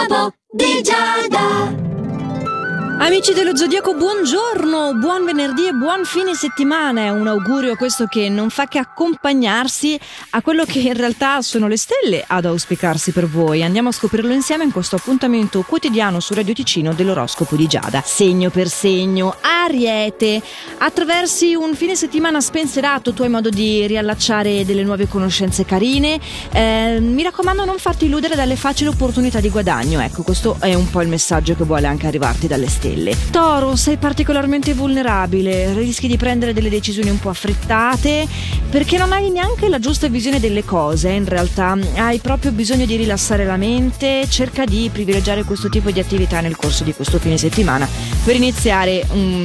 L'oroscopo di Giada. Amici dello Zodiaco, buongiorno, buon venerdì e buon fine settimana. È un augurio questo che non fa che accompagnarsi a quello che in realtà sono le stelle ad auspicarsi per voi. Andiamo a scoprirlo insieme in questo appuntamento quotidiano su Radio Ticino dell'oroscopo di Giada. Segno per segno, Ariete, attraversi un fine settimana spensierato, tu hai modo di riallacciare delle nuove conoscenze carine. Mi raccomando, non farti illudere dalle facili opportunità di guadagno. Ecco, questo è un po' il messaggio che vuole anche arrivarti dalle stelle. Toro, sei particolarmente vulnerabile, rischi di prendere delle decisioni un po' affrettate perché non hai neanche la giusta visione delle cose. In realtà hai proprio bisogno di rilassare la mente. Cerca di privilegiare questo tipo di attività nel corso di questo fine settimana per iniziare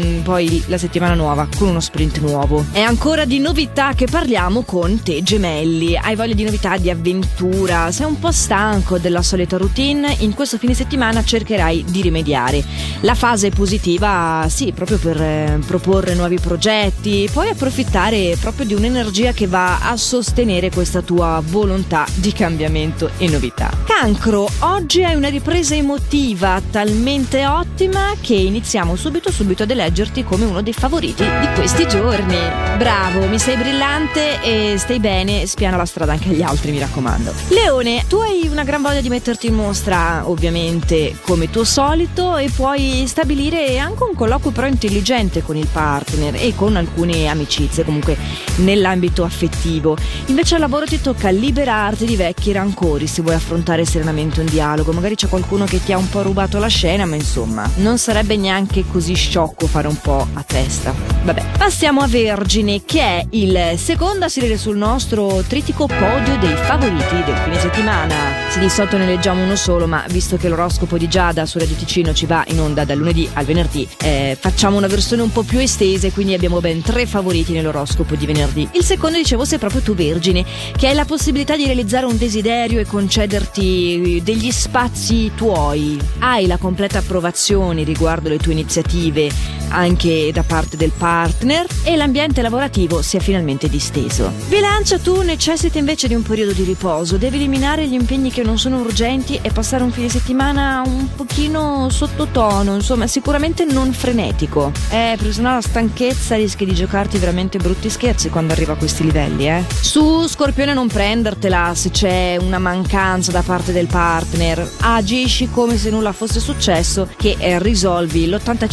poi la settimana nuova con uno sprint nuovo. È ancora di novità che parliamo con te, Gemelli. Hai voglia di novità, di avventura, sei un po' stanco della solita routine. In questo fine settimana cercherai di rimediare. La fase positiva, sì, proprio per proporre nuovi progetti, poi approfittare proprio di un'energia che va a sostenere questa tua volontà di cambiamento e novità. Cancro, oggi hai una ripresa emotiva talmente ottima che iniziamo subito ad eleggerti come uno dei favoriti di questi giorni. Bravo, mi sei brillante e stai bene, spiana la strada anche agli altri, mi raccomando. Leone, tu hai una gran voglia di metterti in mostra, ovviamente come tuo solito, e puoi stabilire anche un colloquio però intelligente con il partner e con alcune amicizie, comunque nell'ambito affettivo. Invece al lavoro ti tocca liberarti di vecchi rancori se vuoi affrontare serenamente un dialogo. Magari c'è qualcuno che ti ha un po' rubato la scena, ma insomma non sarebbe neanche così sciocco fare un po' a testa. Vabbè, passiamo a Vergine, che è il secondo a salire sul nostro tritico podio dei favoriti del fine settimana. Se di solito ne leggiamo uno solo, ma visto che l'oroscopo di Giada su Radio Ticino ci va in onda dal lunedì al venerdì, facciamo una versione un po' più estesa e quindi abbiamo ben 3 favoriti nell'oroscopo di venerdì. Il secondo, dicevo, sei proprio tu, Vergine, che hai la possibilità di realizzare un desiderio e concederti degli spazi tuoi. Hai la completa approvazione riguardo le tue iniziative anche da parte del partner e l'ambiente lavorativo si è finalmente disteso. Bilancia, tu necessiti invece di un periodo di riposo, devi eliminare gli impegni che non sono urgenti e passare un fine settimana un pochino sottotono, insomma sicuramente non frenetico, perché sennò la stanchezza rischi di giocarti veramente brutti scherzi quando arriva a questi livelli. Su Scorpione, non prendertela se c'è una mancanza da parte del partner, agisci come se nulla fosse successo, che risolvi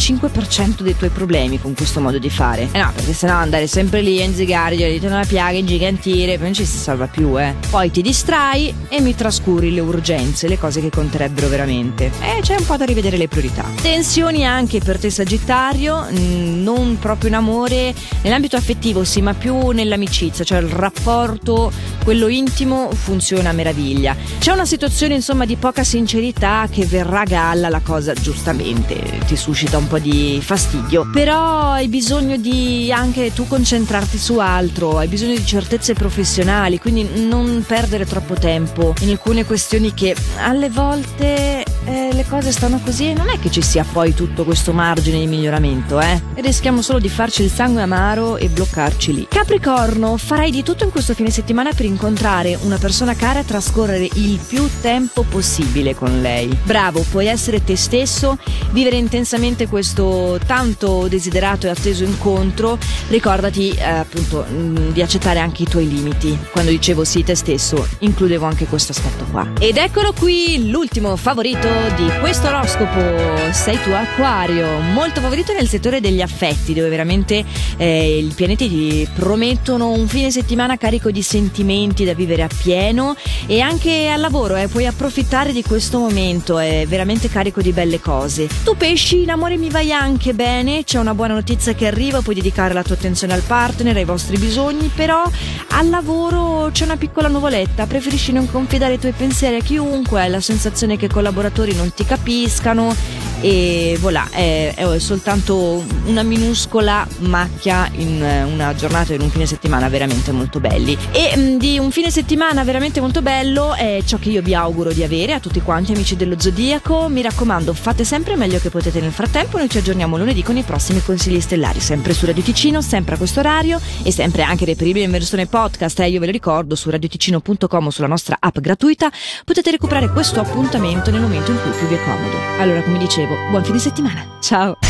l'85% dei tuoi problemi con questo modo di fare. No, perché sennò andare sempre lì a inzigare, gli dite una piaga, ingigantire, poi non ci si salva più. Poi ti distrai e mi trascuri le urgenze, le cose che conterebbero veramente. C'è un po' da rivedere le priorità. Tensioni anche per te, Sagittario, non proprio in amore, nell'ambito affettivo sì, ma più nell'amicizia, cioè il rapporto, quello intimo, funziona a meraviglia. C'è una situazione insomma di poca sincerità che verrà a galla, la cosa giustamente ti suscita un po' di fastidio, però hai bisogno di anche tu concentrarti su altro, hai bisogno di certezze professionali, quindi non perdere troppo tempo in alcune questioni che alle volte le cose stanno così e non è che ci sia poi tutto questo margine di miglioramento, e rischiamo solo di farci il sangue amaro e bloccarci lì. Capricorno, farai di tutto in questo fine settimana per incontrare una persona cara e trascorrere il più tempo possibile con lei. Bravo, puoi essere te stesso, vivere intensamente questo tanto desiderato e atteso incontro. Ricordati appunto di accettare anche i tuoi limiti. Quando dicevo sì te stesso, includevo anche questo aspetto qua. Ed eccolo qui l'ultimo favorito di questo oroscopo, sei tu, Acquario, molto favorito nel settore degli affetti, dove veramente i pianeti ti promettono un fine settimana carico di sentimenti da vivere appieno, e anche al lavoro puoi approfittare di questo momento, è veramente carico di belle cose. Tu Pesci, in amore mi vai anche bene, c'è una buona notizia che arriva, puoi dedicare la tua attenzione al partner, ai vostri bisogni, però al lavoro c'è una piccola nuvoletta, preferisci non confidare i tuoi pensieri a chiunque, hai la sensazione che i collaboratori non ti capiscano, e voilà, è soltanto una minuscola macchia in una giornata, in un fine settimana veramente molto belli. E di un fine settimana veramente molto bello è ciò che io vi auguro di avere a tutti quanti amici dello Zodiaco. Mi raccomando, fate sempre meglio che potete nel frattempo. Noi ci aggiorniamo lunedì con i prossimi consigli stellari, sempre su Radio Ticino, sempre a questo orario e sempre anche reperibile in versione podcast. Io ve lo ricordo, su radioticino.com o sulla nostra app gratuita potete recuperare questo appuntamento nel momento in cui più vi è comodo. Allora, come dicevo, buon fine settimana, ciao!